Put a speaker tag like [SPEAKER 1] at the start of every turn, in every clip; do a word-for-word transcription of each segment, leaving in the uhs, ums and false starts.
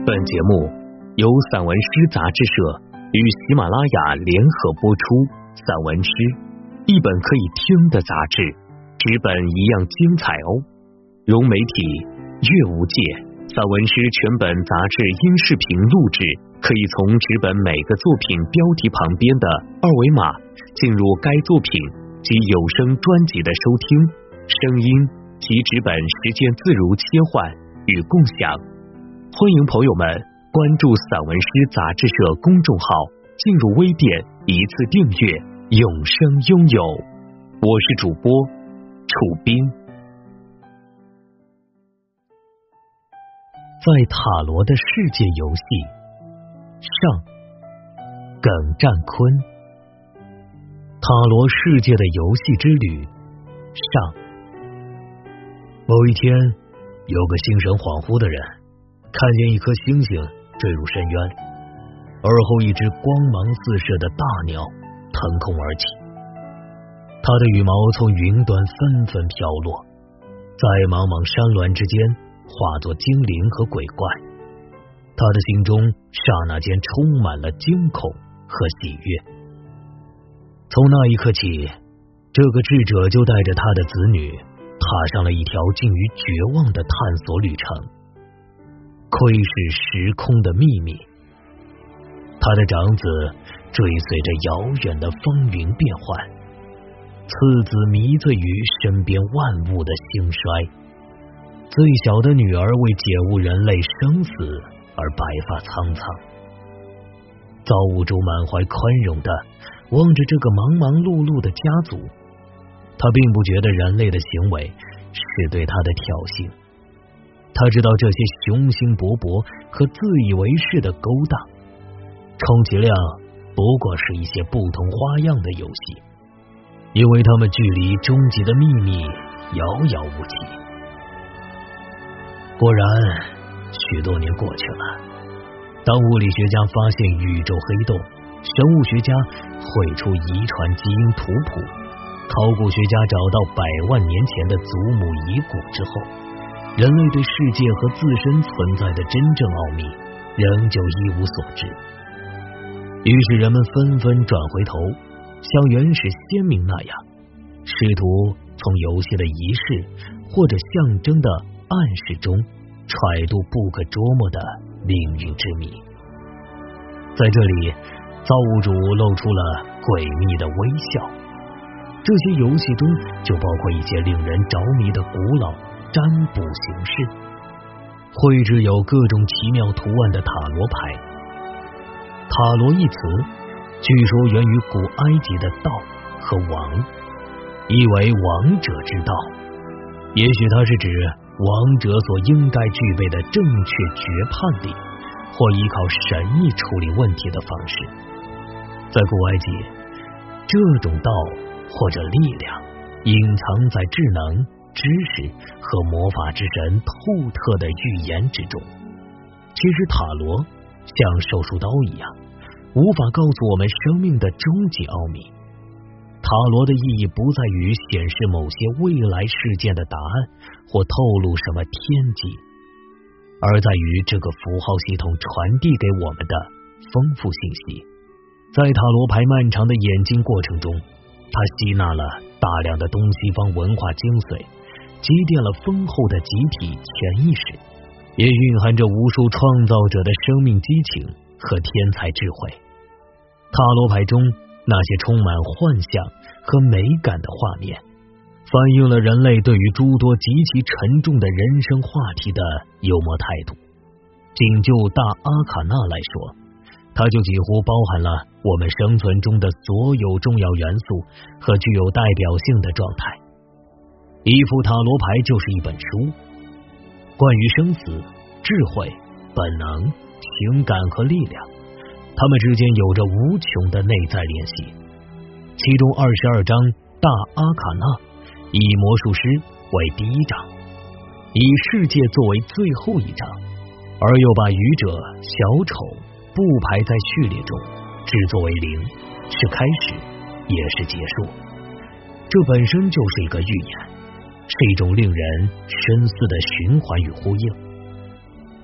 [SPEAKER 1] 本节目由散文诗杂志社与喜马拉雅联合播出。散文诗，一本可以听的杂志，纸本一样精彩哦。融媒体、阅无界散文诗全本杂志音视频录制，可以从纸本每个作品标题旁边的二维码进入该作品及有声专辑的收听、声音及纸本实践自如切换与共享。欢迎朋友们关注散文诗杂志社公众号，进入微店一次订阅，永生拥有。我是主播楚斌。在塔罗的世界游戏上，耿占坤。塔罗世界的游戏之旅上。某一天，有个心神恍惚的人看见一颗星星坠入深渊，而后一只光芒四射的大鸟腾空而起，它的羽毛从云端纷纷飘落，在茫茫山峦之间化作精灵和鬼怪。他的心中刹那间充满了惊恐和喜悦。从那一刻起，这个智者就带着他的子女踏上了一条近于绝望的探索旅程。窥视时空的秘密，他的长子追随着遥远的风云变幻，次子迷醉于身边万物的兴衰，最小的女儿为解悟人类生死而白发苍苍。造物主满怀宽容的望着这个忙忙碌碌的家族，他并不觉得人类的行为是对他的挑衅，他知道这些雄心勃勃和自以为是的勾当，充其量不过是一些不同花样的游戏，因为他们距离终极的秘密遥遥无期。果然，许多年过去了，当物理学家发现宇宙黑洞，生物学家绘出遗传基因图谱，考古学家找到百万年前的祖母遗骨之后，人类对世界和自身存在的真正奥秘仍旧一无所知。于是人们纷纷转回头，像原始先民那样，试图从游戏的仪式或者象征的暗示中揣度不可捉摸的命运之谜。在这里，造物主露出了诡秘的微笑。这些游戏中就包括一些令人着迷的古老占卜形式，绘制有各种奇妙图案的塔罗牌。塔罗一词据说源于古埃及的道和王，意为王者之道，也许它是指王者所应该具备的正确决判力，或依靠神意处理问题的方式。在古埃及，这种道或者力量隐藏在智能、知识和魔法之神透特的预言之中。其实塔罗像手术刀一样，无法告诉我们生命的终极奥秘。塔罗的意义不在于显示某些未来事件的答案，或透露什么天机，而在于这个符号系统传递给我们的丰富信息。在塔罗牌漫长的演进过程中，它吸纳了大量的东西方文化精髓，积淀了丰厚的集体潜意识，也蕴含着无数创造者的生命激情和天才智慧。塔罗牌中那些充满幻想和美感的画面，反映了人类对于诸多极其沉重的人生话题的幽默态度。仅就大阿卡纳来说，它就几乎包含了我们生存中的所有重要元素和具有代表性的状态。一副塔罗牌就是一本书，关于生死、智慧、本能、情感和力量，它们之间有着无穷的内在联系。其中二十二章大阿卡纳以魔术师为第一章，以世界作为最后一章，而又把愚者、小丑不排在序列中，只作为零，是开始也是结束。这本身就是一个预言，是一种令人深思的循环与呼应。塔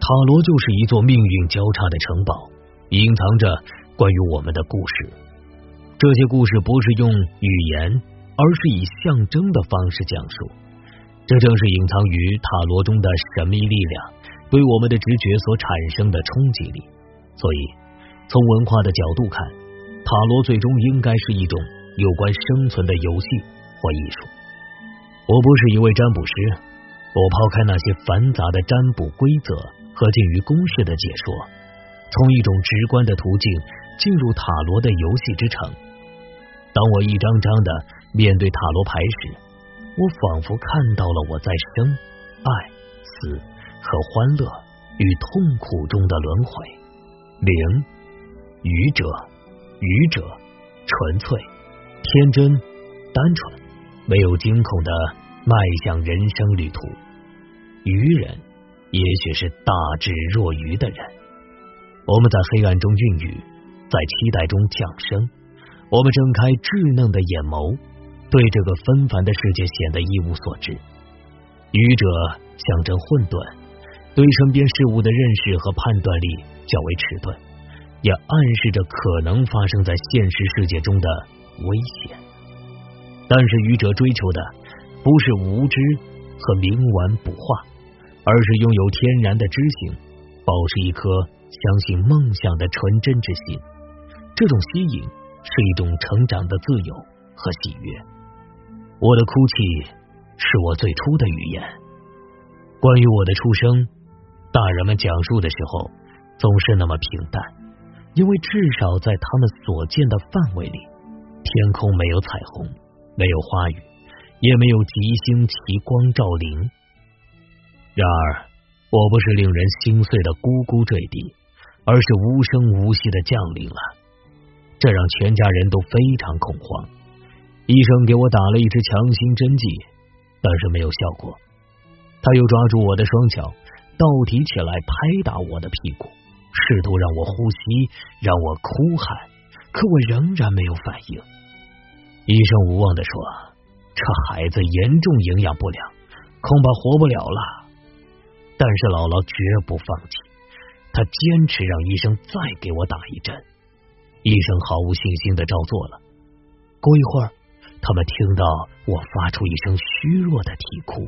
[SPEAKER 1] 罗就是一座命运交叉的城堡，隐藏着关于我们的故事。这些故事不是用语言，而是以象征的方式讲述。这正是隐藏于塔罗中的神秘力量对我们的直觉所产生的冲击力。所以从文化的角度看，塔罗最终应该是一种有关生存的游戏或艺术。我不是一位占卜师，我抛开那些繁杂的占卜规则和近于公式的解说，从一种直观的途径进入塔罗的游戏之城。当我一张张的面对塔罗牌时，我仿佛看到了我在生、爱、死和欢乐与痛苦中的轮回。灵、愚者、愚者、纯粹、天真、单纯，没有惊恐的迈向人生旅途。愚人也许是大智若愚的人。我们在黑暗中孕育，在期待中降生。我们睁开稚嫩的眼眸，对这个纷繁的世界显得一无所知。愚者象征混沌，对身边事物的认识和判断力较为迟钝，也暗示着可能发生在现实世界中的危险。但是愚者追求的不是无知和冥顽不化，而是拥有天然的知性，保持一颗相信梦想的纯真之心。这种吸引是一种成长的自由和喜悦。我的哭泣是我最初的语言。关于我的出生，大人们讲述的时候总是那么平淡，因为至少在他们所见的范围里，天空没有彩虹，没有花雨，也没有吉星奇光照临。然而我不是令人心碎的咕咕坠地，而是无声无息的降临了。这让全家人都非常恐慌。医生给我打了一支强心针剂，但是没有效果。他又抓住我的双脚，倒提起来拍打我的屁股，试图让我呼吸，让我哭喊，可我仍然没有反应。医生无望地说，这孩子严重营养不良，恐怕活不了了。但是姥姥绝不放弃，她坚持让医生再给我打一针。医生毫无信心地照做了。过一会儿，他们听到我发出一声虚弱的啼哭，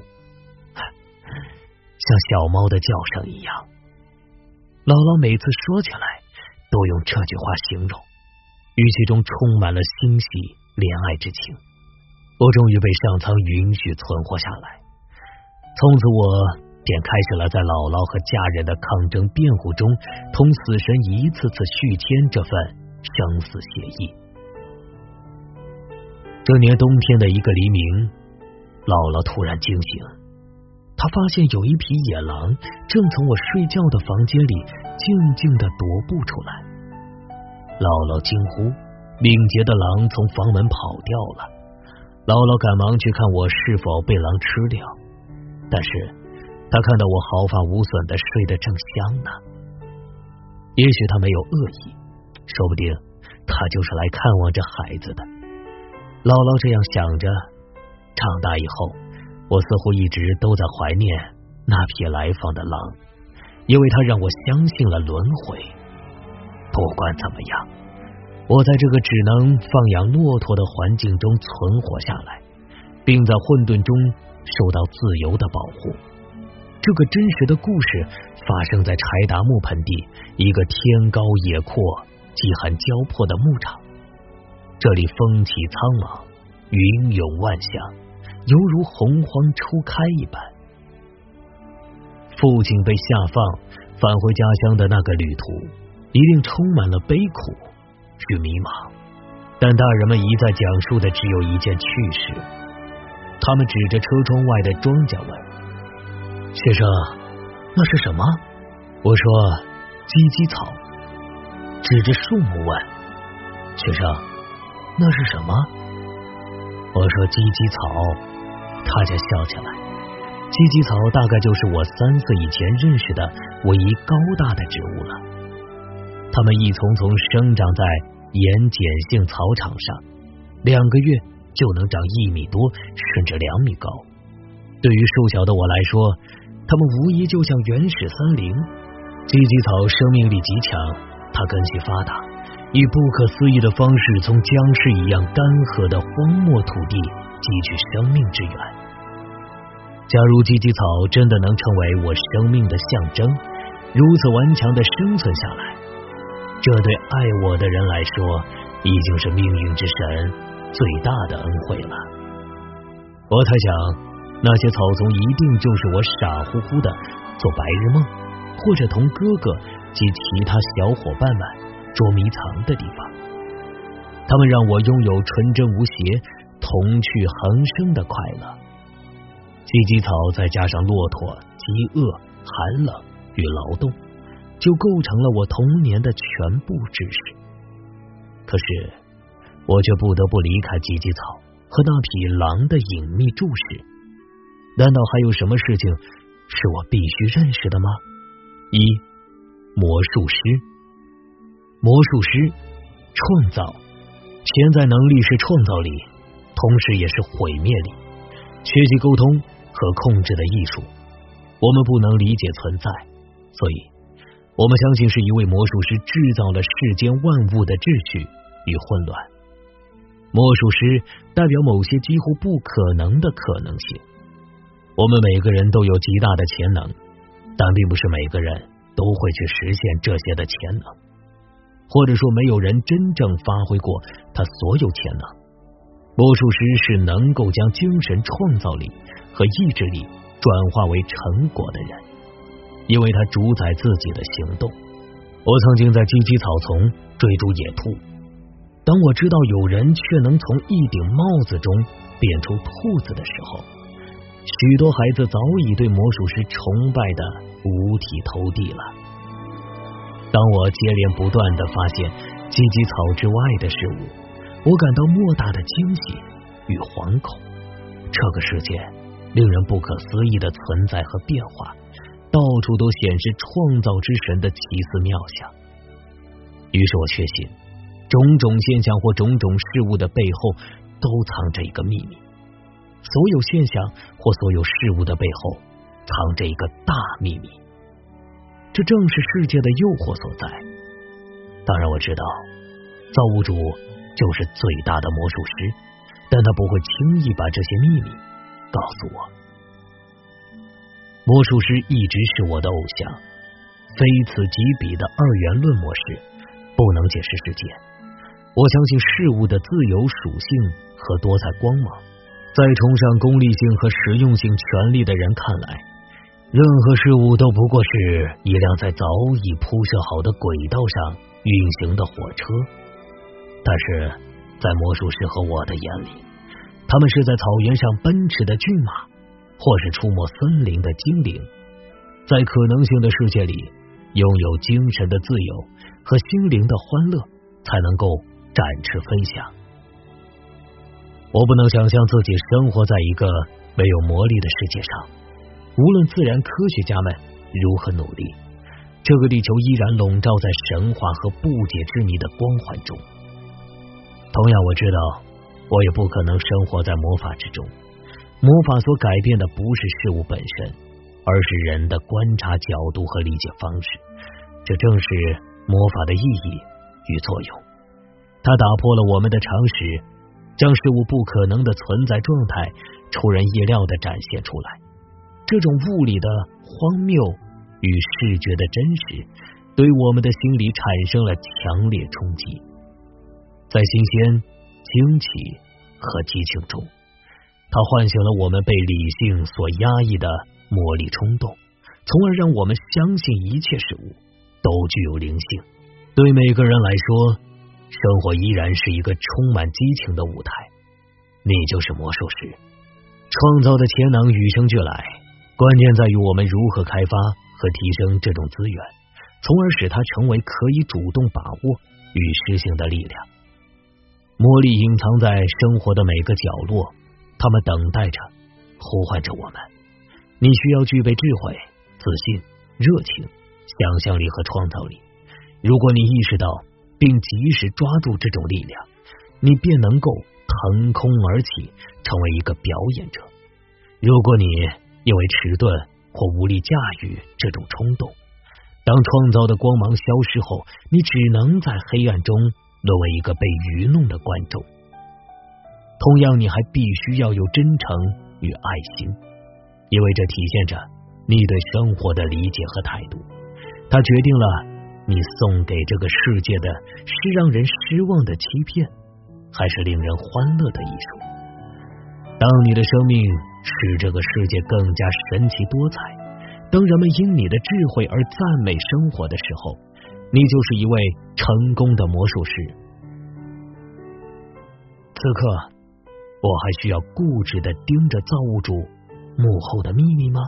[SPEAKER 1] 像小猫的叫声一样。姥姥每次说起来都用这句话形容，语气中充满了欣喜怜爱之情。我终于被上苍允许存活下来。从此我便开始了在姥姥和家人的抗争辩护中，同死神一次次续签这份生死协议。这年冬天的一个黎明，姥姥突然惊醒，她发现有一匹野狼正从我睡觉的房间里静静地踱步出来。姥姥惊呼，敏捷的狼从房门跑掉了。姥姥赶忙去看我是否被狼吃掉，但是她看到我毫发无损地睡得正香呢。也许她没有恶意，说不定她就是来看望这孩子的。姥姥这样想着。长大以后，我似乎一直都在怀念那匹来访的狼，因为它让我相信了轮回。不管怎么样，我在这个只能放养骆驼的环境中存活下来，并在混沌中受到自由的保护。这个真实的故事发生在柴达木盆地一个天高野阔、饥寒交迫的牧场。这里风起苍茫，云涌万象，犹如洪荒初开一般。父亲被下放返回家乡的那个旅途，一定充满了悲苦与迷茫，但大人们一再讲述的只有一件趣事。他们指着车窗外的庄稼问：“学生，那是什么？”我说：“芨芨草。”指着树木问：“学生，那是什么？”我说：“芨芨草。”他就笑起来。芨芨草大概就是我三岁以前认识的唯一高大的植物了。它们一丛丛生长在盐碱性草场上，两个月就能长一米多，甚至两米高。对于瘦小的我来说，它们无疑就像原始森林， 芨芨草生命力极强，它根系发达，以不可思议的方式从僵尸一样干涸的荒漠土地汲取生命之源。假如芨芨草真的能成为我生命的象征，如此顽强的生存下来，这对爱我的人来说已经是命运之神最大的恩惠了。我猜想那些草丛一定就是我傻乎乎的做白日梦，或者同哥哥及其他小伙伴们捉迷藏的地方。他们让我拥有纯真无邪、童趣横生的快乐。芨芨草再加上骆驼、饥饿、寒冷与劳动，就构成了我童年的全部知识。可是我却不得不离开芨芨草和那匹狼的隐秘注视。难道还有什么事情是我必须认识的吗？一、魔术师。魔术师创造，潜在能力是创造力，同时也是毁灭力，学习沟通和控制的艺术。我们不能理解存在，所以我们相信是一位魔术师制造了世间万物的秩序与混乱。魔术师代表某些几乎不可能的可能性。我们每个人都有极大的潜能，但并不是每个人都会去实现这些的潜能，或者说没有人真正发挥过他所有潜能。魔术师是能够将精神创造力和意志力转化为成果的人，因为他主宰自己的行动。我曾经在芨芨草丛追逐野兔，当我知道有人却能从一顶帽子中变出兔子的时候，许多孩子早已对魔术师崇拜的五体投地了。当我接连不断地发现芨芨草之外的事物，我感到莫大的惊喜与惶恐。这个世界令人不可思议的存在和变化，到处都显示创造之神的奇思妙想。于是我确信，种种现象或种种事物的背后都藏着一个秘密，所有现象或所有事物的背后藏着一个大秘密，这正是世界的诱惑所在。当然我知道造物主就是最大的魔术师，但他不会轻易把这些秘密告诉我。魔术师一直是我的偶像，非此即彼的二元论模式不能解释世界。我相信事物的自由属性和多彩光芒，在崇尚功利性和实用性权利的人看来，任何事物都不过是一辆在早已铺设好的轨道上运行的火车。但是在魔术师和我的眼里，他们是在草原上奔驰的骏马，或是出没森林的精灵。在可能性的世界里，拥有精神的自由和心灵的欢乐才能够展翅飞翔。我不能想象自己生活在一个没有魔力的世界上，无论自然科学家们如何努力，这个地球依然笼罩在神话和不解之谜的光环中。同样我知道，我也不可能生活在魔法之中。魔法所改变的不是事物本身，而是人的观察角度和理解方式，这正是魔法的意义与作用。它打破了我们的常识，将事物不可能的存在状态出人意料的展现出来。这种物理的荒谬与视觉的真实，对我们的心理产生了强烈冲击。在新鲜、惊奇和激情中，它唤醒了我们被理性所压抑的魔力冲动，从而让我们相信一切事物都具有灵性。对每个人来说，生活依然是一个充满激情的舞台。你就是魔术师，创造的潜能与生俱来，关键在于我们如何开发和提升这种资源，从而使它成为可以主动把握与实行的力量。魔力隐藏在生活的每个角落，他们等待着，呼唤着我们。你需要具备智慧、自信、热情、想象力和创造力。如果你意识到并及时抓住这种力量，你便能够腾空而起，成为一个表演者。如果你因为迟钝或无力驾驭这种冲动，但当创造的光芒消失后，你只能在黑暗中沦为一个被愚弄的观众。同样，你还必须要有真诚与爱心，因为这体现着你对生活的理解和态度。它决定了你送给这个世界的是让人失望的欺骗，还是令人欢乐的艺术。当你的生命使这个世界更加神奇多彩，当人们因你的智慧而赞美生活的时候，你就是一位成功的魔术师。此刻，我还需要固执地盯着造物主幕后的秘密吗？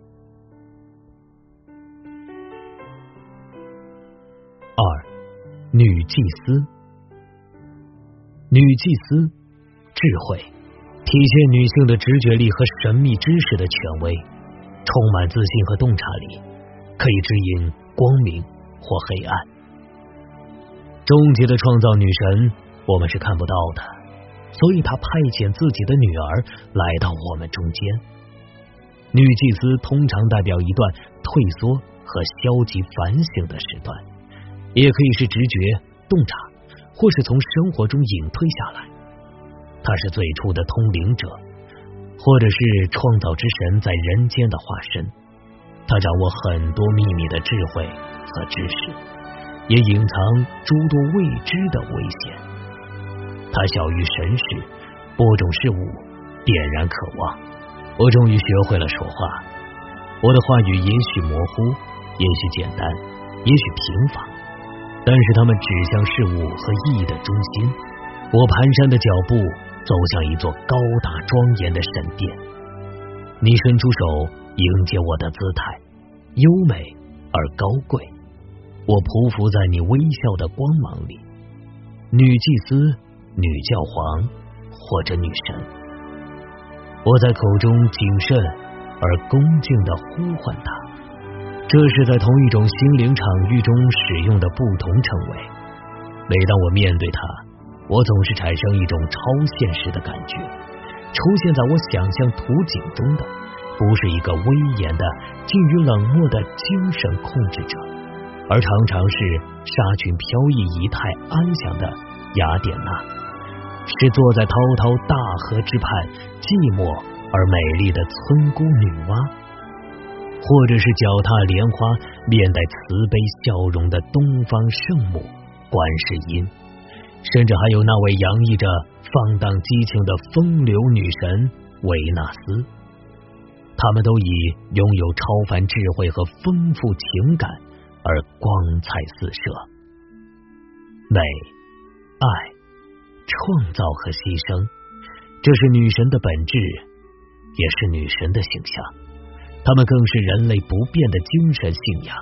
[SPEAKER 1] 二，女祭司。女祭司，智慧，体现女性的直觉力和神秘知识的权威，充满自信和洞察力，可以指引光明或黑暗。终极的创造女神，我们是看不到的，所以她派遣自己的女儿来到我们中间。女祭司通常代表一段退缩和消极反省的时段，也可以是直觉、洞察，或是从生活中隐退下来。她是最初的通灵者，或者是创造之神在人间的化身。她掌握很多秘密的智慧和知识，也隐藏诸多未知的危险。她小于神识，播种事物，点燃渴望。我终于学会了说话，我的话语也许模糊，也许简单，也许平凡，但是它们指向事物和意义的中心。我蹒跚的脚步走向一座高大庄严的神殿，你伸出手迎接我的姿态，优美而高贵。我匍匐在你微笑的光芒里，女祭司、女教皇或者女神。我在口中谨慎而恭敬地呼唤她，这是在同一种心灵场域中使用的不同称谓。每当我面对她，我总是产生一种超现实的感觉，出现在我想象图景中的不是一个威严的近于冷漠的精神控制者，而常常是沙群飘逸仪态安详的雅典娜，是坐在滔滔大河之畔寂寞而美丽的村姑女娲，或者是脚踏莲花面带慈悲笑容的东方圣母观世音，甚至还有那位洋溢着放荡激情的风流女神维纳斯。他们都以拥有超凡智慧和丰富情感而光彩四射。美、爱、创造和牺牲，这是女神的本质，也是女神的形象。她们更是人类不变的精神信仰。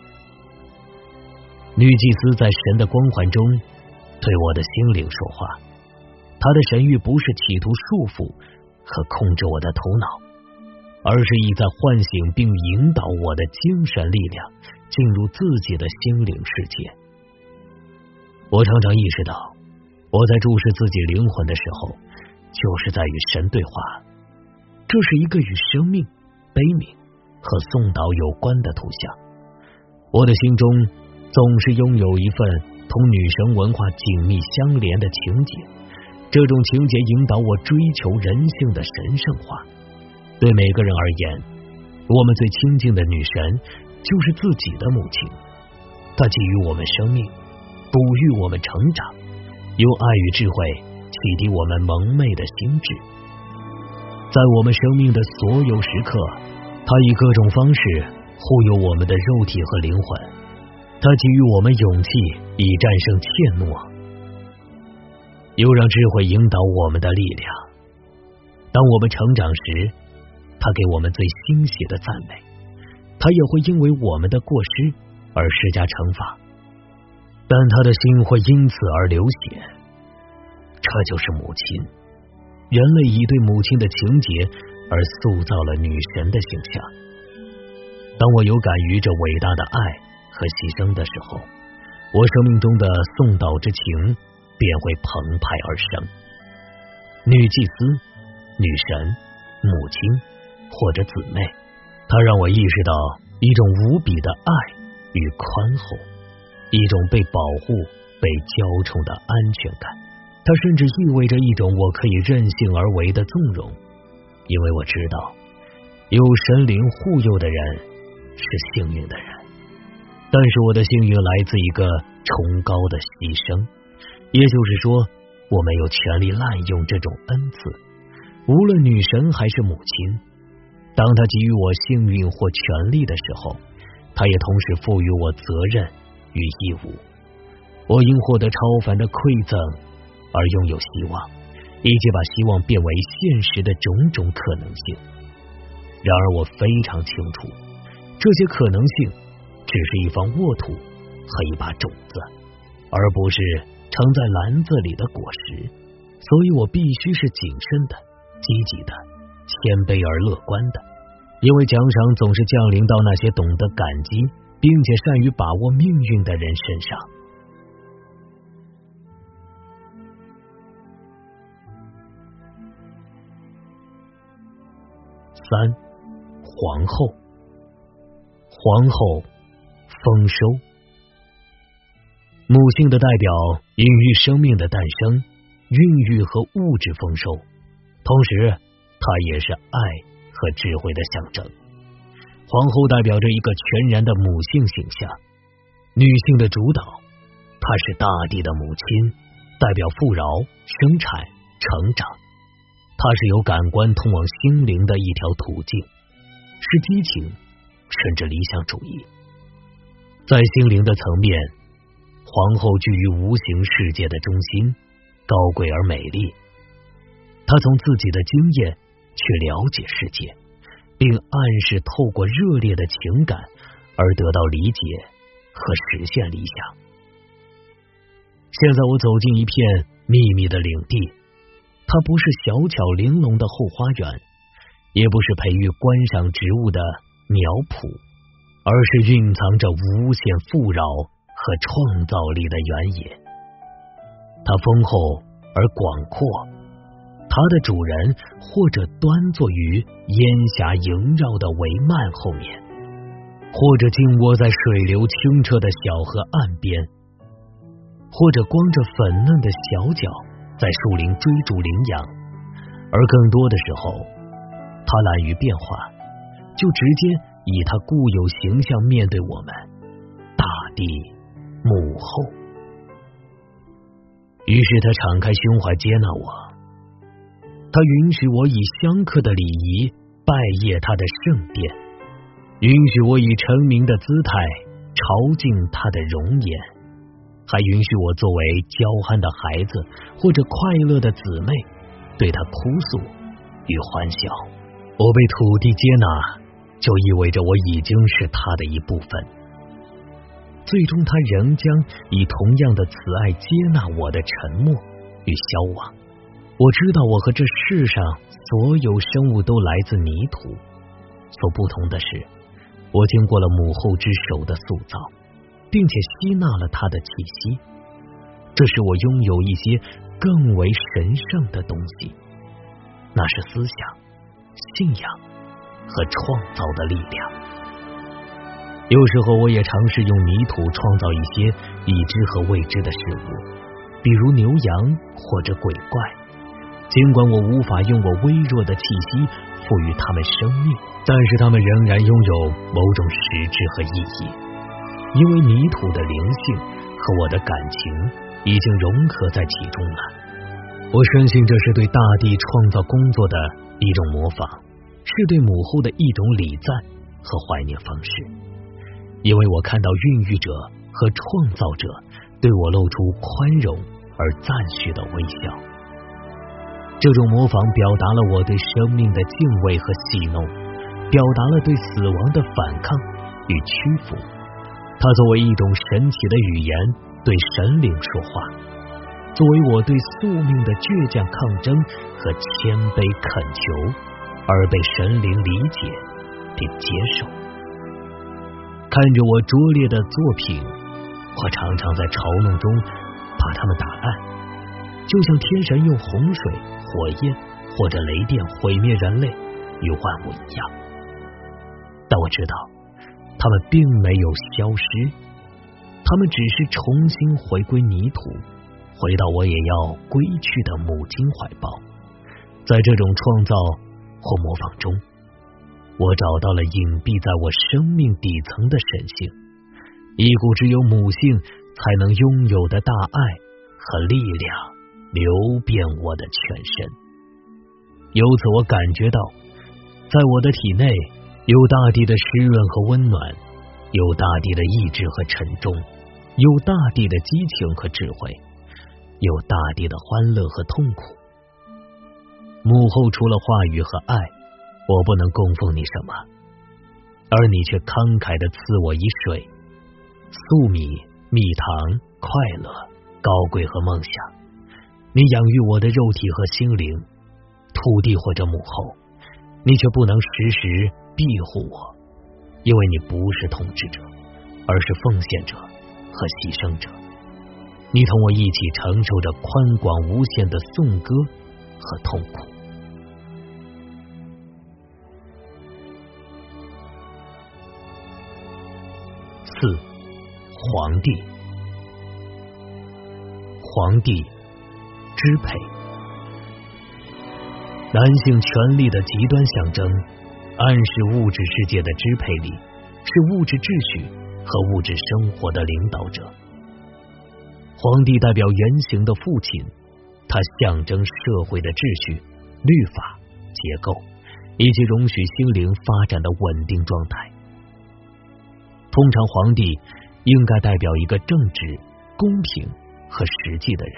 [SPEAKER 1] 女祭司在神的光环中对我的心灵说话，她的神谕不是企图束缚和控制我的头脑，而是意在唤醒并引导我的精神力量进入自己的心灵世界。我常常意识到，我在注视自己灵魂的时候，就是在与神对话。这是一个与生命、悲悯和颂祷有关的图像。我的心中总是拥有一份同女神文化紧密相连的情节，这种情节引导我追求人性的神圣化。对每个人而言，我们最亲近的女神就是自己的母亲，她给予我们生命，哺育我们成长，用爱与智慧启迪我们蒙昧的心智。在我们生命的所有时刻，她以各种方式护佑我们的肉体和灵魂，她给予我们勇气以战胜怯懦，又让智慧引导我们的力量。当我们成长时，她给我们最欣喜的赞美，她也会因为我们的过失而施加惩罚，但她的心会因此而流血。这就是母亲。人类以对母亲的情结而塑造了女神的形象。当我有感于这伟大的爱和牺牲的时候，我生命中的颂祷之情便会澎湃而生。女祭司、女神、母亲或者姊妹，她让我意识到一种无比的爱与宽厚，一种被保护、被娇宠的安全感。它甚至意味着一种我可以任性而为的纵容，因为我知道有神灵护佑的人是幸运的人。但是我的幸运来自一个崇高的牺牲，也就是说，我没有权利滥用这种恩赐，无论女神还是母亲。当她给予我幸运或权利的时候，她也同时赋予我责任与义务。我因获得超凡的馈赠而拥有希望，以及把希望变为现实的种种可能性。然而我非常清楚，这些可能性只是一方沃土和一把种子，而不是盛在篮子里的果实。所以我必须是谨慎的、积极的、谦卑而乐观的，因为奖赏总是降临到那些懂得感激并且善于把握命运的人身上。三、皇后。皇后，丰收。母性的代表孕育生命的诞生，孕育和物质丰收，同时它也是爱和智慧的象征。皇后代表着一个全然的母性形象，女性的主导，她是大地的母亲，代表富饶、生产、成长。它是有感官通往心灵的一条途径，是激情甚至理想主义。在心灵的层面，皇后居于无形世界的中心，高贵而美丽。她从自己的经验去了解世界，并暗示透过热烈的情感而得到理解和实现理想。现在我走进一片秘密的领地，它不是小巧玲珑的后花园，也不是培育观赏植物的苗圃，而是蕴藏着无限富饶和创造力的原野。它丰厚而广阔，它的主人或者端坐于烟霞萦绕的帷幔后面，或者静卧在水流清澈的小河岸边，或者光着粉嫩的小脚在树林追逐羚羊，而更多的时候，它懒于变化，就直接以它固有形象面对我们，大地母后。于是他敞开胸怀接纳我，他允许我以香客的礼仪拜谒他的圣殿，允许我以成名的姿态朝敬他的容颜，还允许我作为娇憨的孩子或者快乐的姊妹对他哭诉与欢笑。我被土地接纳，就意味着我已经是他的一部分。最终他仍将以同样的慈爱接纳我的沉默与消亡。我知道我和这世上所有生物都来自泥土，所不同的是，我经过了母后之手的塑造，并且吸纳了他的气息。这使我拥有一些更为神圣的东西，那是思想、信仰和创造的力量。有时候我也尝试用泥土创造一些已知和未知的事物，比如牛羊或者鬼怪，尽管我无法用我微弱的气息赋予它们生命，但是它们仍然拥有某种实质和意义，因为泥土的灵性和我的感情已经融合在其中了。我深信这是对大地创造工作的一种模仿，是对母后的一种礼赞和怀念方式，因为我看到孕育者和创造者对我露出宽容而赞许的微笑。这种模仿表达了我对生命的敬畏和戏弄，表达了对死亡的反抗与屈服。它作为一种神奇的语言对神灵说话，作为我对宿命的倔强抗争和谦卑恳求而被神灵理解并接受。看着我拙劣的作品，我常常在嘲弄中把它们打烂，就像天神用洪水、火焰或者雷电毁灭人类与万物一样。但我知道，它他们并没有消失，他们只是重新回归泥土，回到我也要归去的母亲怀抱。在这种创造或模仿中，我找到了隐蔽在我生命底层的神性，一股只有母性才能拥有的大爱和力量流遍我的全身。由此我感觉到，在我的体内有大地的湿润和温暖，有大地的意志和沉重，有大地的激情和智慧，有大地的欢乐和痛苦。母后除了话语和爱，我不能供奉你什么，而你却慷慨地赐我以水、粟米、蜜糖、快乐、高贵和梦想。你养育我的肉体和心灵，土地或者母后，你却不能时时庇护我，因为你不是统治者，而是奉献者和牺牲者。你同我一起承受着宽广无限的颂歌和痛苦。四、皇帝。皇帝支配，男性权力的极端象征，暗示物质世界的支配力，是物质秩序和物质生活的领导者。皇帝代表原型的父亲，他象征社会的秩序、律法、结构，以及容许心灵发展的稳定状态。通常皇帝应该代表一个正直、公平和实际的人。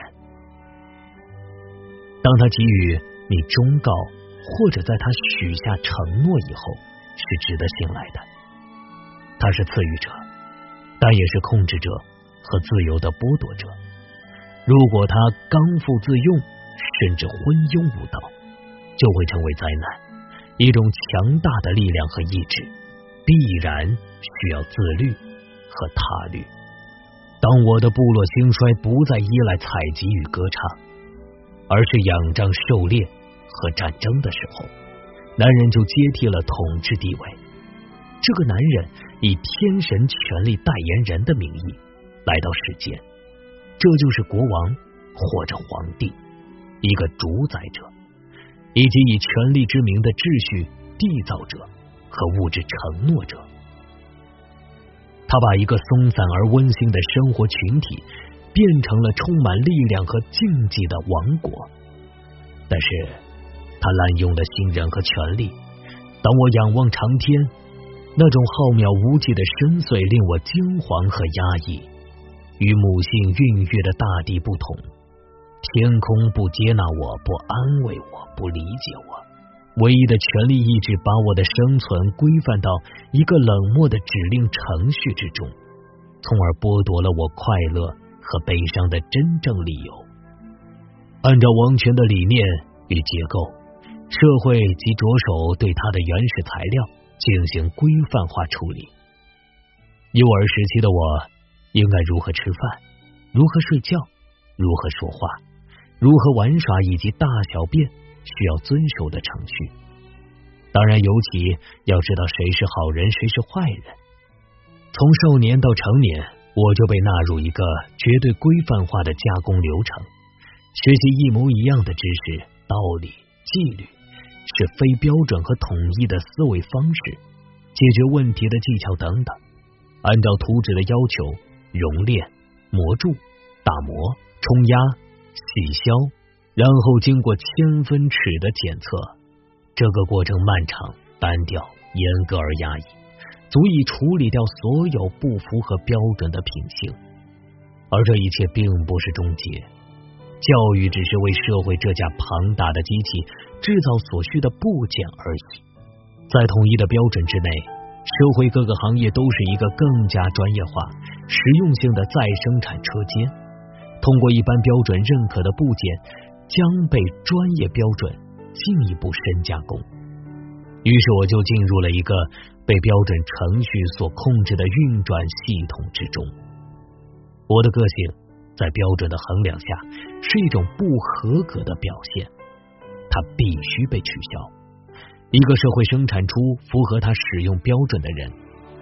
[SPEAKER 1] 当他给予你忠告，或者在他许下承诺以后，是值得信赖的。他是赐予者，但也是控制者和自由的剥夺者。如果他刚愎自用，甚至昏庸无道，就会成为灾难，一种强大的力量和意志，必然需要自律和他律。当我的部落兴衰不再依赖采集与歌唱，而是仰仗狩猎和战争的时候，男人就接替了统治地位。这个男人以天神权力代言人的名义来到世间，这就是国王或者皇帝，一个主宰者，以及以权力之名的秩序缔造者和物质承诺者。他把一个松散而温馨的生活群体变成了充满力量和竞技的王国。但是他滥用了信任和权力。当我仰望长天，那种浩渺无际的深邃令我惊惶和压抑。与母性孕育的大地不同，天空不接纳我，不安慰我，不理解我。唯一的权力意志把我的生存规范到一个冷漠的指令程序之中，从而剥夺了我快乐和悲伤的真正理由。按照王权的理念与结构，社会即着手对它的原始材料进行规范化处理。幼儿时期的我应该如何吃饭，如何睡觉，如何说话，如何玩耍，以及大小便需要遵守的程序。当然，尤其要知道谁是好人，谁是坏人。从少年到成年，我就被纳入一个绝对规范化的加工流程，学习一模一样的知识、道理、纪律，是非标准和统一的思维方式，解决问题的技巧等等，按照图纸的要求熔炼、磨铸、打磨、冲压、洗削，然后经过千分尺的检测。这个过程漫长、单调、严格而压抑，足以处理掉所有不符合标准的品性。而这一切并不是终结，教育只是为社会这架庞大的机器制造所需的部件而已。在统一的标准之内，社会各个行业都是一个更加专业化、实用性的再生产车间。通过一般标准认可的部件将被专业标准进一步深加工。于是我就进入了一个被标准程序所控制的运转系统之中。我的个性在标准的衡量下是一种不合格的表现，它必须被取消。一个社会生产出符合它使用标准的人，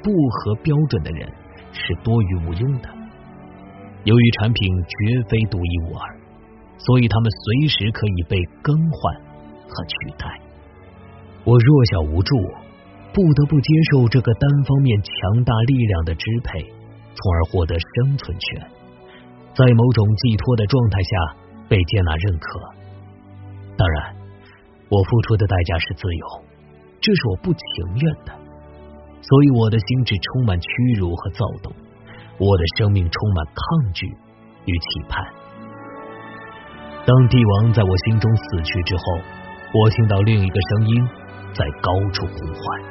[SPEAKER 1] 不合标准的人是多余无用的。由于产品绝非独一无二，所以他们随时可以被更换和取代。我弱小无助，不得不接受这个单方面强大力量的支配，从而获得生存权，在某种寄托的状态下被接纳认可。当然，我付出的代价是自由，这是我不情愿的，所以我的心智充满屈辱和躁动，我的生命充满抗拒与期盼。当帝王在我心中死去之后，我听到另一个声音在高处呼唤。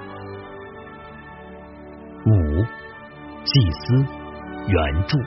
[SPEAKER 1] 五，祭司，援助，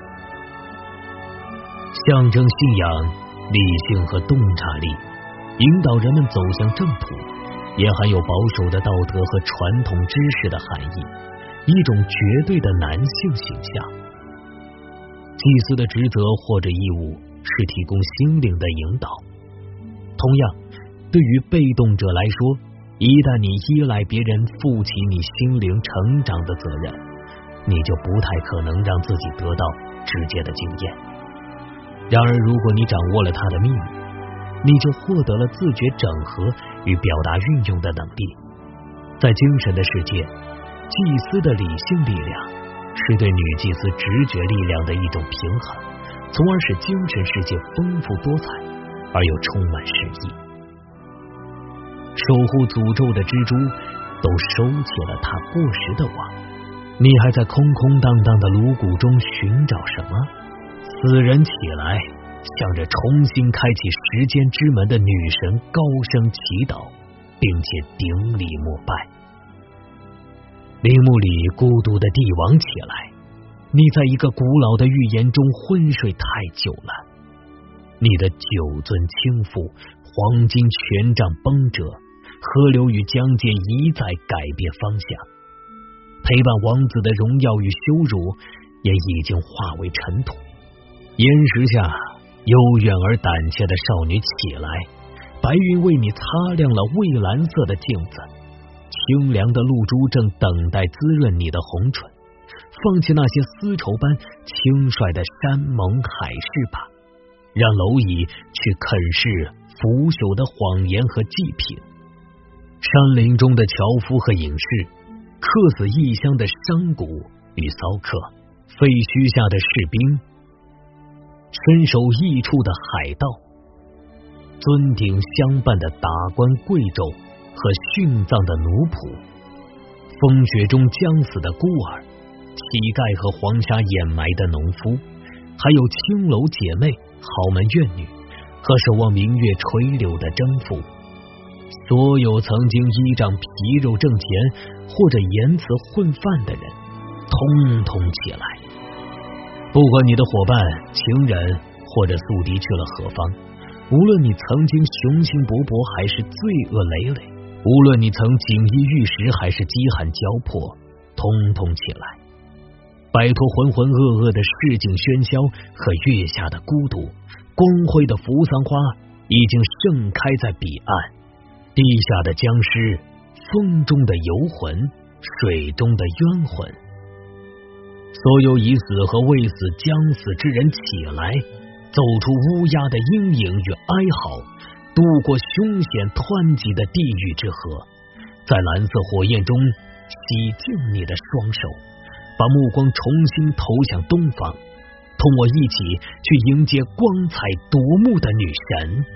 [SPEAKER 1] 象征信仰、理性和洞察力，引导人们走向正途，也含有保守的道德和传统知识的含义，一种绝对的男性形象。祭司的职责或者义务是提供心灵的引导。同样，对于被动者来说，一旦你依赖别人负起你心灵成长的责任，你就不太可能让自己得到直接的经验。然而，如果你掌握了他的秘密，你就获得了自觉整合与表达运用的能力。在精神的世界，祭司的理性力量是对女祭司直觉力量的一种平衡，从而使精神世界丰富多彩而又充满诗意。守护诅咒的蜘蛛都收起了它过时的网，你还在空空荡荡的颅骨中寻找什么？死人起来，向着重新开启时间之门的女神高声祈祷，并且顶礼膜拜。陵墓里孤独的帝王起来，你在一个古老的预言中昏睡太久了，你的九尊倾覆，黄金权杖崩折，河流与疆界一再改变方向，陪伴王子的荣耀与羞辱也已经化为尘土。岩石下，幽怨而胆怯的少女起来，白云为你擦亮了蔚蓝色的镜子，清凉的露珠正等待滋润你的红唇。放弃那些丝绸般轻率的山盟海誓吧，让蝼蚁去啃噬腐朽的谎言和祭品。山林中的樵夫和隐士，客死异乡的商贾与骚客，废墟下的士兵，身首异处的海盗，尊顶相伴的达官贵胄和殉葬的奴仆，风雪中将死的孤儿，乞丐和黄沙掩埋的农夫，还有青楼姐妹、豪门怨女和守望明月垂柳的征服。所有曾经依仗皮肉挣钱或者言辞混饭的人，通通起来。不管你的伙伴、情人或者宿敌去了何方，无论你曾经雄心勃勃还是罪恶累累，无论你曾锦衣玉食还是饥寒交迫，通通起来，摆脱浑浑噩噩的市井喧嚣和月下的孤独。光辉的扶桑花已经盛开在彼岸，地下的僵尸，风中的游魂，水中的冤魂，所有已死和未死将死之人起来，走出乌鸦的阴影与哀嚎，渡过凶险湍急的地狱之河，在蓝色火焰中洗净你的双手，把目光重新投向东方，同我一起去迎接光彩夺目的女神。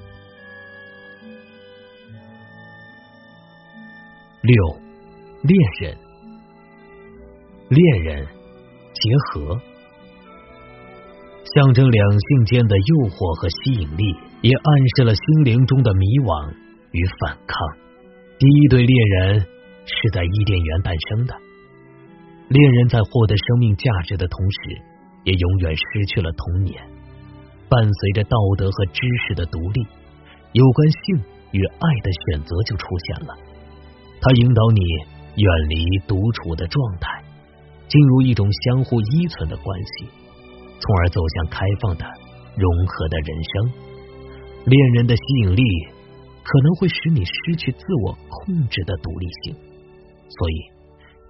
[SPEAKER 1] 六，恋人，恋人结合，象征两性间的诱惑和吸引力，也暗示了心灵中的迷惘与反抗。第一对恋人是在伊甸园诞生的，恋人在获得生命价值的同时，也永远失去了童年。伴随着道德和知识的独立，有关性与爱的选择就出现了。它引导你远离独处的状态，进入一种相互依存的关系，从而走向开放的融合的人生。恋人的吸引力可能会使你失去自我控制的独立性，所以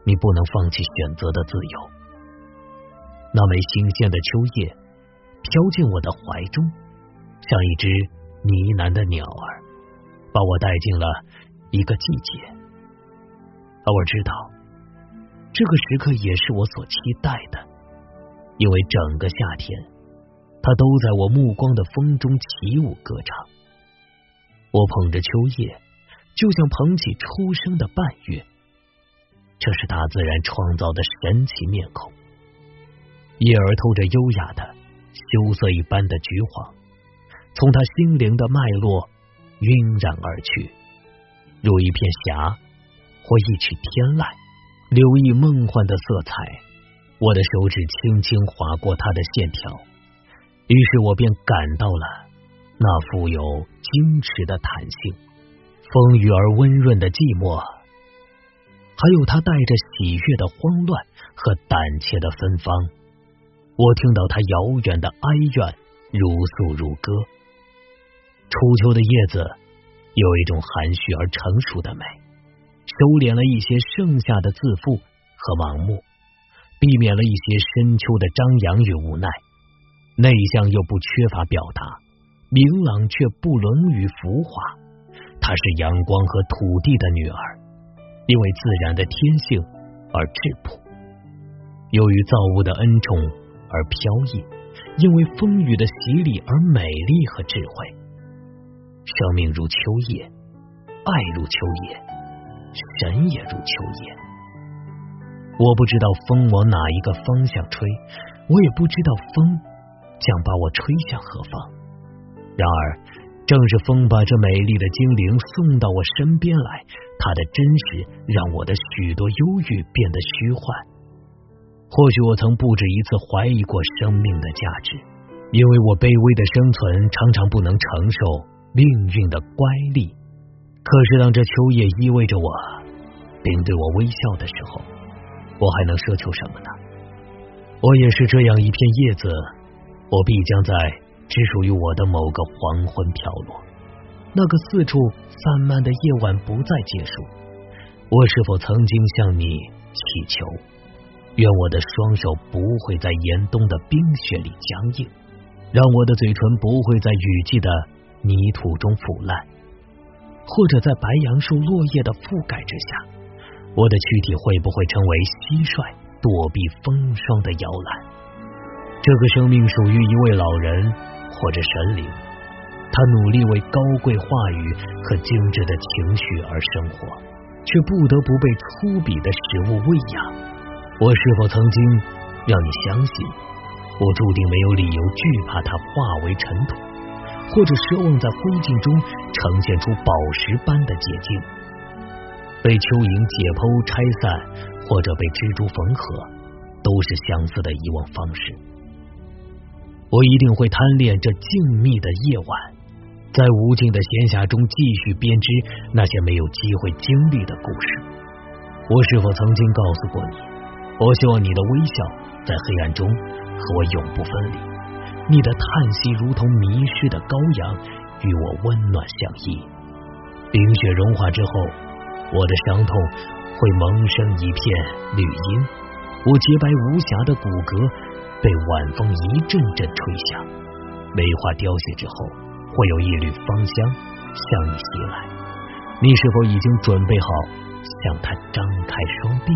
[SPEAKER 1] 你不能放弃选择的自由。那枚新鲜的秋叶飘进我的怀中，像一只呢喃的鸟儿，把我带进了一个季节。而我知道，这个时刻也是我所期待的，因为整个夏天，它都在我目光的风中起舞歌唱。我捧着秋叶，就像捧起初生的半月，这是大自然创造的神奇面孔。叶儿透着优雅的羞涩一般的橘黄，从他心灵的脉络晕染而去，如一片霞或一曲天籁，留意梦幻的色彩。我的手指轻轻划过它的线条，于是我便感到了那富有矜持的弹性，丰腴而温润的寂寞，还有它带着喜悦的慌乱和胆怯的芬芳。我听到它遥远的哀怨如诉如歌。初秋的叶子有一种含蓄而成熟的美，收敛了一些剩下的自负和盲目，避免了一些深秋的张扬与无奈，内向又不缺乏表达，明朗却不沦于浮华。她是阳光和土地的女儿，因为自然的天性而质朴，由于造物的恩宠而飘逸，因为风雨的洗礼而美丽和智慧。生命如秋叶，爱如秋叶，神也如秋叶。我不知道风往哪一个方向吹，我也不知道风将把我吹向何方。然而正是风把这美丽的精灵送到我身边来，它的真实让我的许多忧郁变得虚幻。或许我曾不止一次怀疑过生命的价值，因为我卑微的生存常常不能承受命运的乖戾。可是当这秋叶依偎着我，并对我微笑的时候，我还能奢求什么呢？我也是这样一片叶子，我必将在只属于我的某个黄昏飘落，那个四处散漫的夜晚不再结束。我是否曾经向你祈求，愿我的双手不会在严冬的冰雪里僵硬，让我的嘴唇不会在雨季的泥土中腐烂，或者在白杨树落叶的覆盖之下，我的躯体会不会成为蟋蟀躲避风霜的摇篮？这个生命属于一位老人或者神灵，他努力为高贵话语和精致的情绪而生活，却不得不被粗鄙的食物喂养。我是否曾经让你相信，我注定没有理由惧怕它化为尘土，或者奢望在灰烬中呈现出宝石般的洁净？被蚯蚓解剖拆散，或者被蜘蛛缝合，都是相似的遗忘方式。我一定会贪恋这静谧的夜晚，在无尽的闲暇中继续编织那些没有机会经历的故事。我是否曾经告诉过你，我希望你的微笑在黑暗中和我永不分离，你的叹息如同迷失的羔羊，与我温暖相依。冰雪融化之后，我的伤痛会萌生一片绿荫，我洁白无瑕的骨骼被晚风一阵阵吹响，梅花凋谢之后，会有一缕芳香向你袭来，你是否已经准备好向它张开双臂？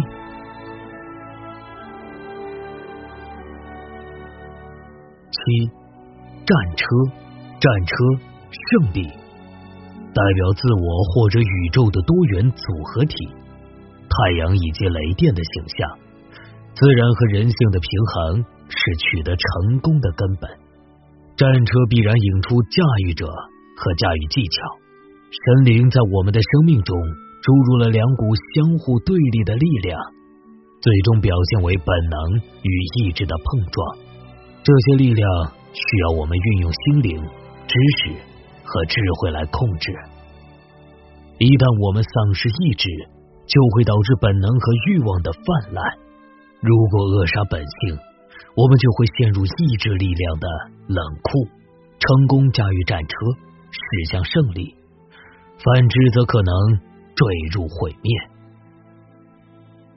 [SPEAKER 1] 七，战车，战车，胜利，代表自我或者宇宙的多元组合体，太阳以及雷电的形象。自然和人性的平衡是取得成功的根本。战车必然引出驾驭者和驾驭技巧。神灵在我们的生命中注入了两股相互对立的力量，最终表现为本能与意志的碰撞。这些力量需要我们运用心灵、知识和智慧来控制。一旦我们丧失意志，就会导致本能和欲望的泛滥。如果扼杀本性，我们就会陷入意志力量的冷酷，成功驾驭战车，驶向胜利；反之则可能坠入毁灭。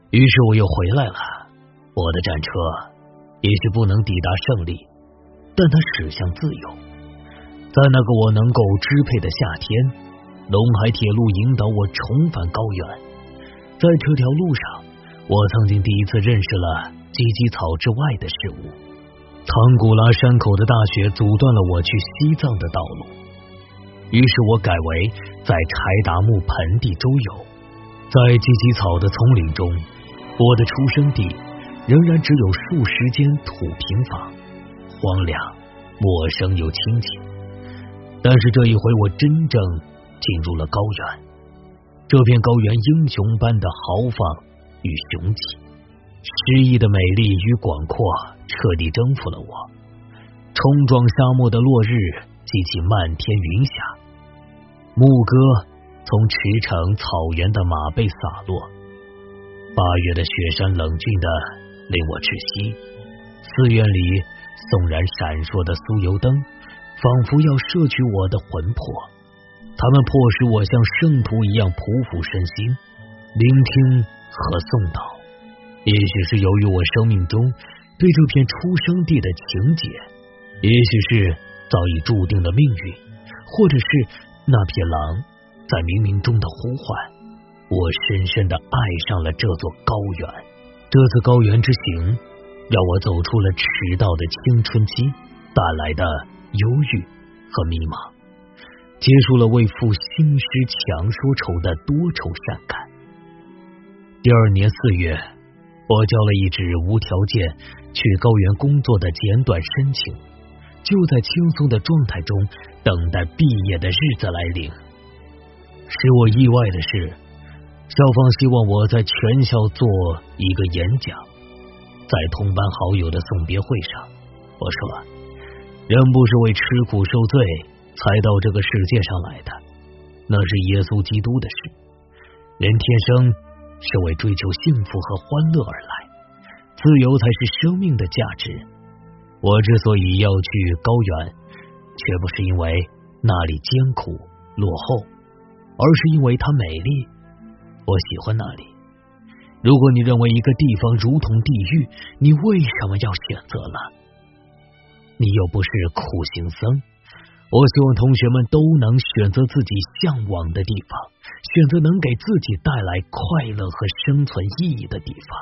[SPEAKER 1] 于是我又回来了。我的战车也许不能抵达胜利，但它驶向自由。在那个我能够支配的夏天，陇海铁路引导我重返高原。在这条路上，我曾经第一次认识了芨芨草之外的事物。唐古拉山口的大雪阻断了我去西藏的道路，于是我改为在柴达木盆地周游。在芨芨草的丛林中，我的出生地仍然只有数十间土平房，荒凉、陌生又亲切。但是这一回，我真正进入了高原。这片高原英雄般的豪放与雄奇，诗意的美丽与广阔彻底征服了我。冲撞沙漠的落日激起漫天云霞，牧歌从驰骋草原的马背洒落。八月的雪山冷峻的令我窒息，寺院里纵然闪烁的酥油灯，仿佛要摄取我的魂魄。他们迫使我像圣徒一样匍匐身心，聆听和诵祷。也许是由于我生命中对这片出生地的情结，也许是早已注定的命运，或者是那匹狼在冥冥中的呼唤，我深深地爱上了这座高原。这次高原之行让我走出了迟到的青春期带来的忧郁和迷茫，结束了为赋新诗强说愁的多愁善感。第二年四月，我交了一纸无条件去高原工作的简短申请，就在轻松的状态中等待毕业的日子来临。使我意外的是，校方希望我在全校做一个演讲。在同班好友的送别会上，我说，人不是为吃苦受罪才到这个世界上来的，那是耶稣基督的事。人天生是为追求幸福和欢乐而来，自由才是生命的价值。我之所以要去高原，却不是因为那里艰苦落后，而是因为它美丽，我喜欢那里。如果你认为一个地方如同地狱，你为什么要选择呢？你又不是苦行僧。我希望同学们都能选择自己向往的地方，选择能给自己带来快乐和生存意义的地方。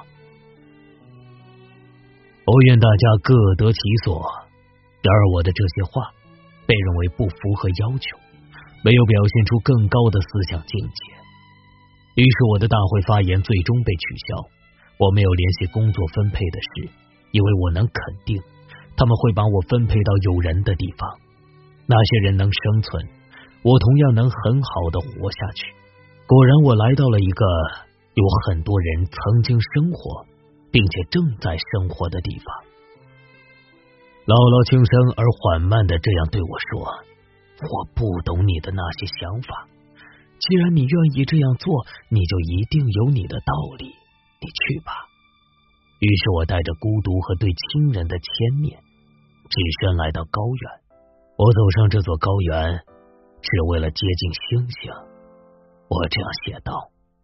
[SPEAKER 1] 我愿大家各得其所。然而我的这些话被认为不符合要求，没有表现出更高的思想境界。于是我的大会发言最终被取消。我没有联系工作分配的事，因为我能肯定他们会把我分配到有人的地方。那些人能生存，我同样能很好的活下去。果然我来到了一个有很多人曾经生活并且正在生活的地方。姥姥轻声而缓慢地这样对我说，我不懂你的那些想法，既然你愿意这样做，你就一定有你的道理，你去吧。于是我带着孤独和对亲人的牵念，只身来到高原。我走上这座高原，只为了接近星星。我这样写道。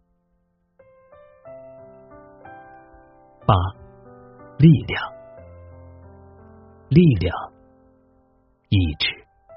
[SPEAKER 1] 八，力量，力量，意志。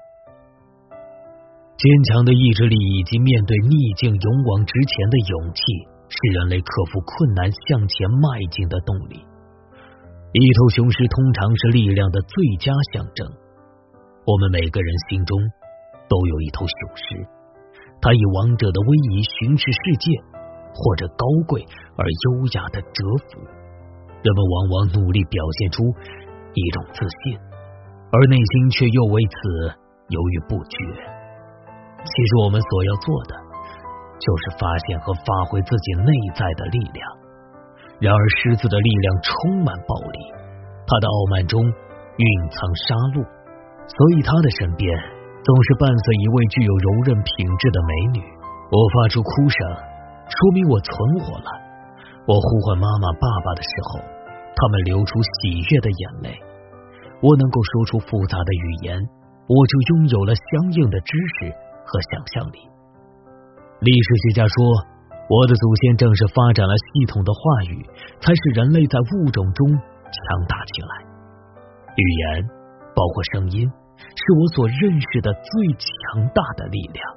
[SPEAKER 1] 坚强的意志力以及面对逆境勇往直前的勇气，是人类克服困难向前迈进的动力。一头雄狮通常是力量的最佳象征。我们每个人心中都有一头雄狮，它以王者的威仪巡视世界，或者高贵而优雅的蛰伏。人们往往努力表现出一种自信，而内心却又为此犹豫不决。其实我们所要做的就是发现和发挥自己内在的力量。然而狮子的力量充满暴力，它的傲慢中蕴藏杀戮，所以它的身边总是伴随一位具有柔韧品质的美女。我发出哭声，说明我存活了。我呼唤妈妈爸爸的时候，他们流出喜悦的眼泪。我能够说出复杂的语言，我就拥有了相应的知识和想象力。历史学家说， 我的祖先正是发展了系统的话语，才使人类在物种中强大起来。语言，包括声音，是我所认识的最强大的力量。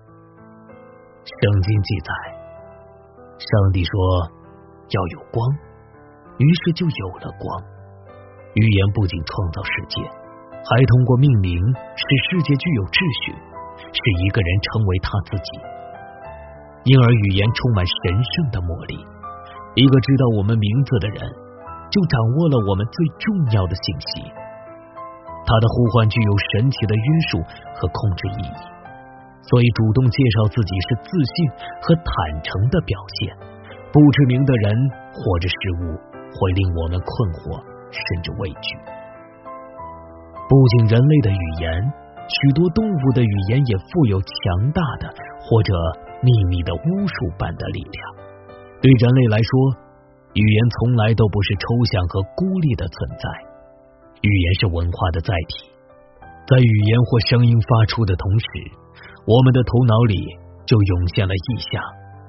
[SPEAKER 1] 圣经记载，上帝说要有光，于是就有了光。语言不仅创造世界，还通过命名使世界具有秩序，使一个人成为他自己。因而语言充满神圣的魔力，一个知道我们名字的人就掌握了我们最重要的信息。他的呼唤具有神奇的约束和控制意义，所以主动介绍自己是自信和坦诚的表现。不知名的人或者事物会令我们困惑甚至畏惧。不仅人类的语言，许多动物的语言也富有强大的或者秘密的巫术般的力量。对人类来说，语言从来都不是抽象和孤立的存在，语言是文化的载体。在语言或声音发出的同时，我们的头脑里就涌现了意象、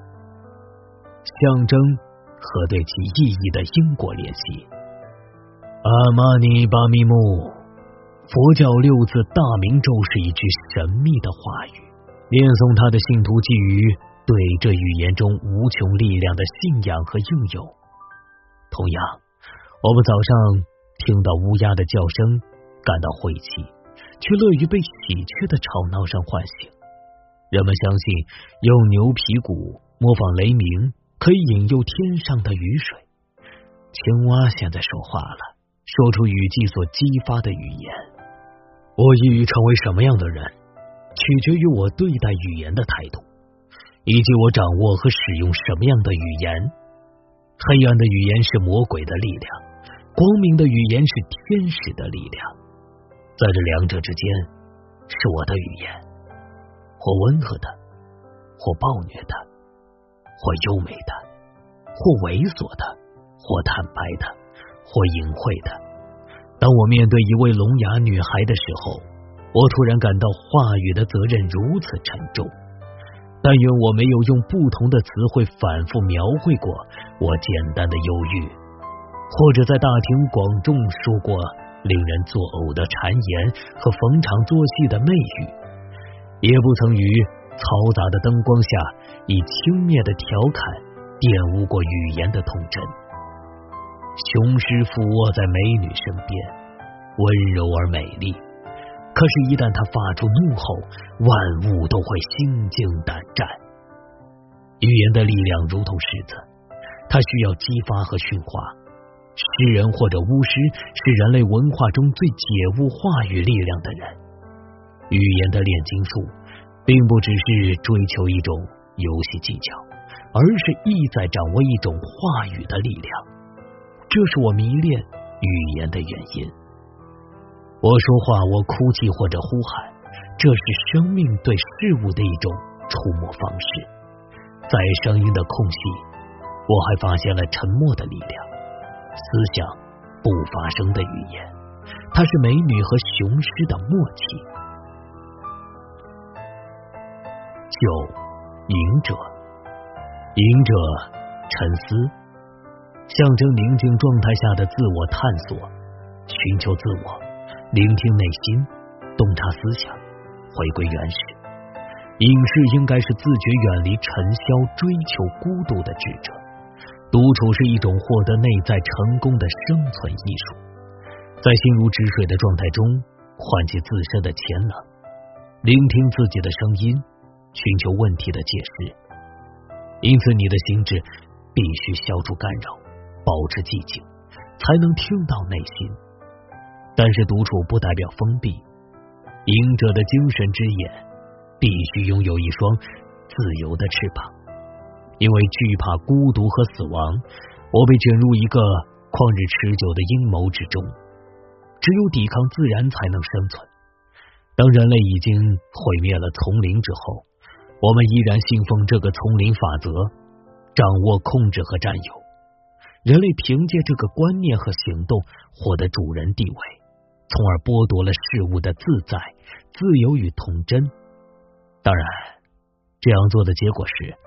[SPEAKER 1] 象征和对其意义的因果联系。阿玛尼巴密木，佛教六字大明咒是一句神秘的话语，念诵它的信徒基于对这语言中无穷力量的信仰和应用。同样，我们早上听到乌鸦的叫声，感到晦气，却乐于被喜鹊的吵闹声唤醒。人们相信用牛皮鼓模仿雷鸣可以引诱天上的雨水。青蛙现在说话了，说出语句所激发的语言。我意欲成为什么样的人，取决于我对待语言的态度，以及我掌握和使用什么样的语言。黑暗的语言是魔鬼的力量，光明的语言是天使的力量。在这两者之间，是我的语言，或温和的，或暴虐的，或优美的，或猥琐的，或坦白的，或隐晦的。当我面对一位聋哑女孩的时候，我突然感到话语的责任如此沉重。但愿我没有用不同的词汇反复描绘过我简单的忧郁，或者在大庭广众说过令人作呕的谗言和逢场作戏的媚语，也不曾于嘈杂的灯光下以轻蔑的调侃玷污过语言的童真。雄狮俯卧在美女身边，温柔而美丽，可是一旦他发出怒吼，万物都会心惊胆战。语言的力量如同狮子，它需要激发和驯化。诗人或者巫师是人类文化中最解悟话语力量的人。语言的炼金术并不只是追求一种游戏技巧，而是意在掌握一种话语的力量。这是我迷恋语言的原因。我说话，我哭泣或者呼喊，这是生命对事物的一种触摸方式。在声音的空隙，我还发现了沉默的力量，思想不发声的语言，它是美女和雄狮的默契。九，隐者。隐者沉思，象征宁静状态下的自我探索，寻求自我，聆听内心，洞察思想，回归原始。隐士应该是自觉远离尘嚣，追求孤独的智者。独处是一种获得内在成功的生存艺术，在心如止水的状态中唤起自身的潜能，聆听自己的声音，寻求问题的解释。因此你的心智必须消除干扰，保持寂静，才能听到内心。但是独处不代表封闭，隐者的精神之眼必须拥有一双自由的翅膀。因为惧怕孤独和死亡，我被卷入一个旷日持久的阴谋之中。只有抵抗自然才能生存。当人类已经毁灭了丛林之后，我们依然信奉这个丛林法则，掌握控制和占有。人类凭借这个观念和行动获得主人地位，从而剥夺了事物的自在、自由与童真。当然，这样做的结果是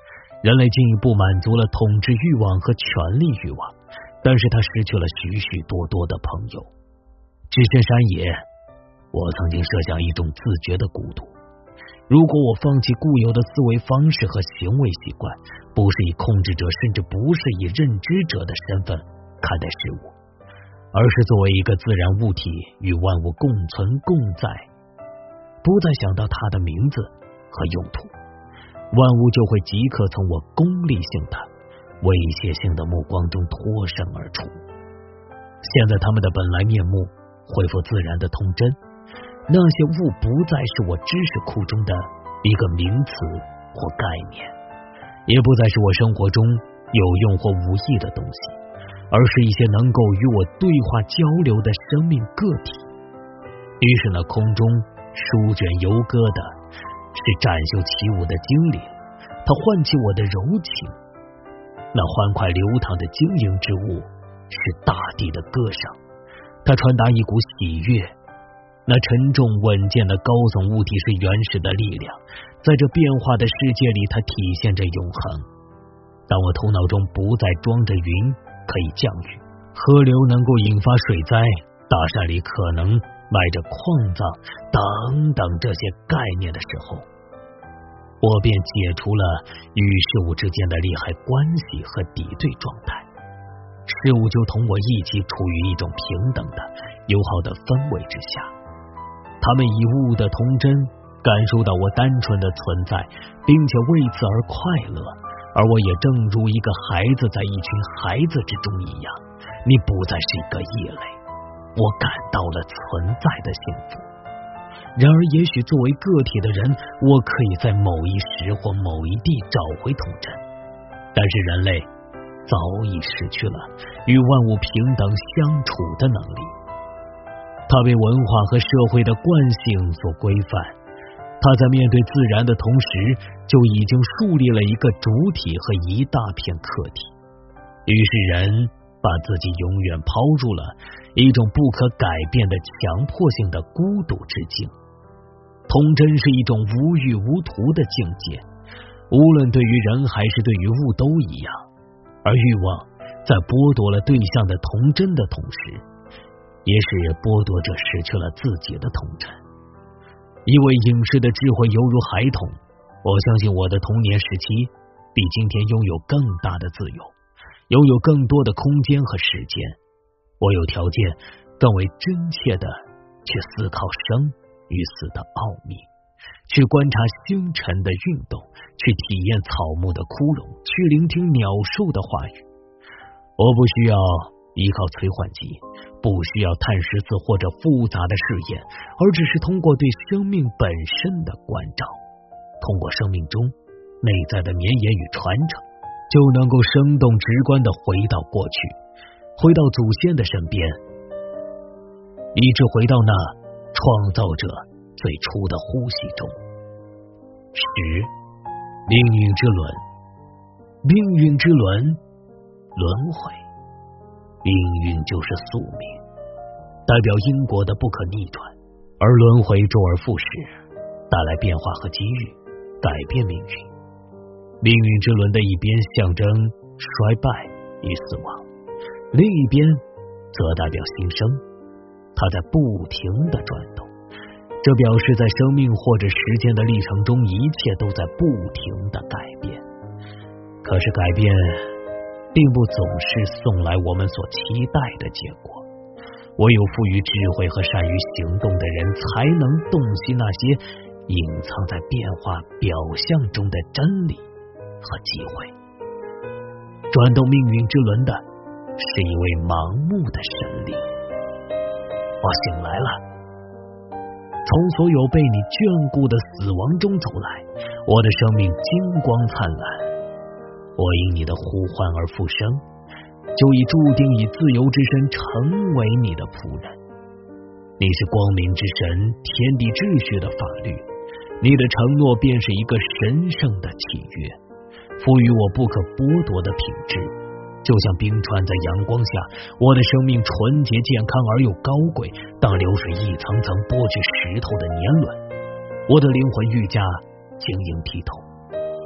[SPEAKER 1] 人类进一步满足了统治欲望和权力欲望，但是他失去了许许多多的朋友。置身山野，我曾经设想一种自觉的孤独。如果我放弃固有的思维方式和行为习惯，不是以控制者，甚至不是以认知者的身份看待事物，而是作为一个自然物体与万物共存共在，不再想到它的名字和用途，万物就会即刻从我功利性的威胁性的目光中脱身而出。现在他们的本来面目恢复自然的童真，那些物不再是我知识库中的一个名词或概念，也不再是我生活中有用或无益的东西，而是一些能够与我对话交流的生命个体。于是那空中书卷游歌的是展袖起舞的精灵，它唤起我的柔情；那欢快流淌的晶莹之物是大地的歌声，它传达一股喜悦。那沉重稳健的高耸物体是原始的力量，在这变化的世界里，它体现着永恒。当我头脑中不再装着云可以降雨，河流能够引发水灾，大山里可能埋着矿藏等等这些概念的时候，我便解除了与事物之间的利害关系和敌对状态，事物就同我一起处于一种平等的友好的氛围之下。他们以物的童真感受到我单纯的存在，并且为此而快乐，而我也正如一个孩子在一群孩子之中一样，你不再是一个异类，我感到了存在的幸福。然而也许作为个体的人，我可以在某一时或某一地找回童真，但是人类早已失去了与万物平等相处的能力。它被文化和社会的惯性所规范，它在面对自然的同时，就已经树立了一个主体和一大片客体。于是人把自己永远抛入了一种不可改变的强迫性的孤独之境。童真是一种无欲无图的境界，无论对于人还是对于物都一样。而欲望在剥夺了对象的童真的同时，也是剥夺者失去了自己的童真。因为隐士的智慧犹如孩童，我相信我的童年时期比今天拥有更大的自由，拥有更多的空间和时间。我有条件更为真切的去思考生与死的奥秘，去观察星辰的运动，去体验草木的枯荣，去聆听鸟兽的话语。我不需要依靠催化剂，不需要碳十四或者复杂的试验，而只是通过对生命本身的关照，通过生命中内在的绵延与传承，就能够生动直观地回到过去，回到祖先的身边，以致回到那创造者最初的呼吸中。十，命运之轮。命运之轮，轮回。命运就是宿命，代表因果的不可逆转，而轮回周而复始，带来变化和机遇，改变命运。命运之轮的一边象征衰败与死亡，另一边则代表新生，它在不停地转动，这表示在生命或者时间的历程中，一切都在不停地改变。可是改变并不总是送来我们所期待的结果，唯有富于智慧和善于行动的人，才能洞悉那些隐藏在变化表象中的真理和机会。转动命运之轮的是一位盲目的神灵。我醒来了，从所有被你眷顾的死亡中走来，我的生命金光灿烂。我因你的呼唤而复生，就已注定以自由之身成为你的仆人。你是光明之神，天地秩序的法律，你的承诺便是一个神圣的契约，赋予我不可剥夺的品质，就像冰川在阳光下，我的生命纯洁健康而又高贵，当流水一层层剥去石头的年轮，我的灵魂愈加晶莹剔透。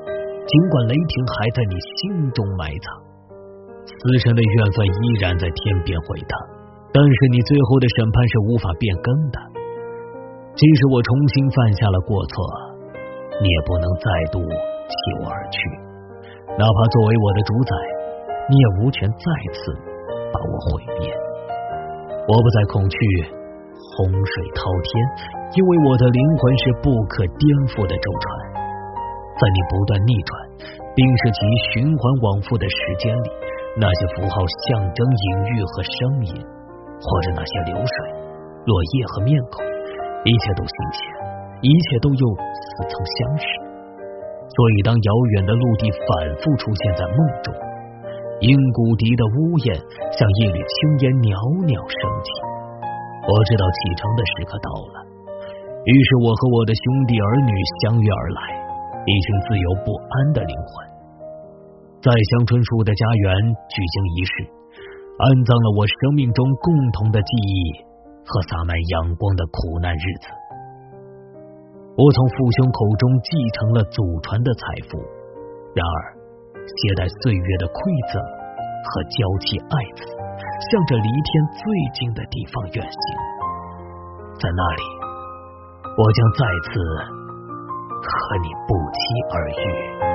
[SPEAKER 1] 尽管雷霆还在你心中埋藏，死神的怨愤依然在天边回荡，但是你最后的审判是无法变更的。即使我重新犯下了过错，你也不能再度弃我而去，哪怕作为我的主宰，你也无权再次把我毁灭。我不再恐惧洪水滔天，因为我的灵魂是不可颠覆的舟船，在你不断逆转并使其循环往复的时间里，那些符号象征隐喻和声音，或者那些流水、落叶和面孔，一切都新鲜，一切都又似曾相识。所以当遥远的陆地反复出现在梦中，鹰骨笛的呜咽像一缕青烟袅袅升起，我知道启程的时刻到了。于是我和我的兄弟儿女相约而来，一群自由不安的灵魂，在香春树的家园举行仪式，安葬了我生命中共同的记忆和洒满阳光的苦难日子。我从父兄口中继承了祖传的财富，然而携带岁月的馈赠和娇妻爱子，向着离天最近的地方远行。在那里，我将再次和你不期而遇。